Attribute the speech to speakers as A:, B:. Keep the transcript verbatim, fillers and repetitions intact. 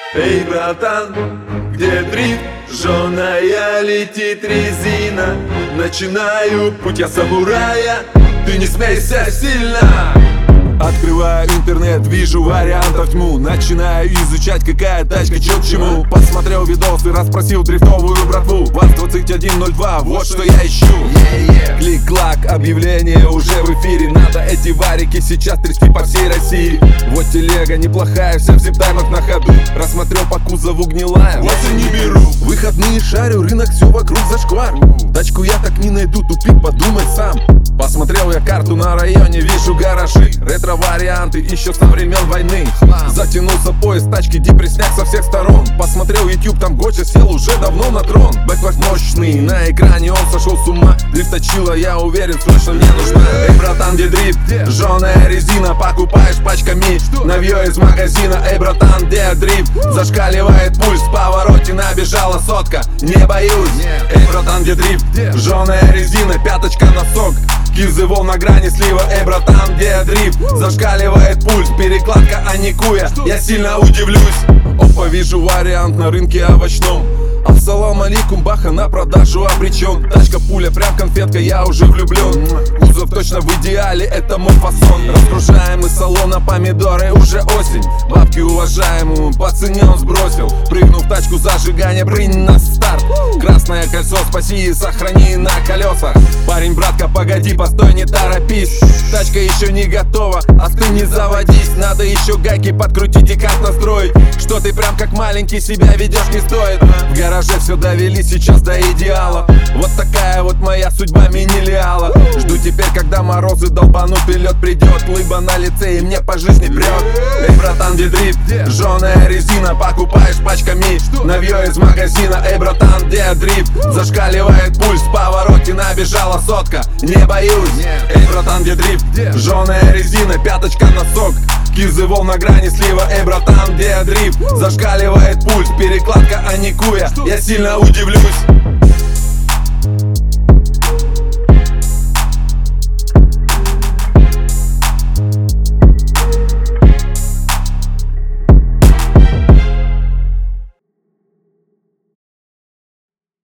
A: Эй, братан, где дрифт? Жжёная летит резина. Начинаю путь я самурая. Ты не смейся сильно.
B: Открываю интернет, вижу вариантов тьму. Начинаю изучать, какая тачка, чё к чему. Посмотрел видосы, расспросил дрифтовую братву. ВАЗ двадцать один ноль два, вот что я ищу. Клик-клак, объявление уже в эфире. Надо эти варики сейчас трясти по всей России. Вот телега неплохая, вся в зиптаймах на ходу. Рассмотрел по кузову гнилая, вот и не беру. Выходные шарю, рынок, все вокруг зашквар. Тачку я так не найду, тупик, подумай сам. Посмотрел я карту на районе, вижу гаражи. Ретро-варианты еще со времен войны. Затянулся поезд, тачки, депресняк со всех сторон. Посмотрел YouTube, там Гоча сел уже давно на трон. Бэквард мощный, на экране он сошел с ума. Дрифточила, я уверен, срочно мне нужна. Эй, братан, где дрифт? Жжёная резина, покупаешь пачками навье из магазина. Эй, братан, где дрифт? Зашкаливает пульс, в повороте набежала сотка. Не боюсь. Эй, братан, где дрифт? Жжёная резина, пяточка носок. Кизы волн на грани слива. Эй, братан, где дрифт? Зашкаливает пульс, перекладка, а не куя. Я сильно удивлюсь. Опа, вижу вариант на рынке овощном. Ассалам алейкум, баха на продажу обречен. Тачка пуля, прям конфетка, я уже влюблен. Кузов точно в идеале, это мой фасон. Разгружаем из салона помидоры, уже осень. Бабки уважаемую, по цене он сбросил. Прыгнув в тачку зажигания, брынь на старт. Красное кольцо, спаси и сохрани на колесах. Парень, братка, погоди, постой, не торопись. Тачка еще не готова, а ты не заводись. Надо еще гайки подкрутить и как настроить. Что ты прям как маленький себя ведешь, не стоит. В гараже все довели сейчас до идеала. Вот такая вот моя судьба мини-лиала. Жду теперь, когда морозы долбанут и лед придет. Лыба на лице и мне по жизни прет. Эй, братан, где дрифт? Жжёная резина, покупаешь пачками навье из магазина. Эй, братан, где дрифт? Зашкаливает пульс, в повороте набежала сотка. Не боюсь. Эй, братан, где дрифт? Жжёная резина, пяточка носок. Кизы волн на грани слива. Эй, братан, где дрифт? Зашкаливает пульс, перекладка, а не куя. Я сильно удивлюсь.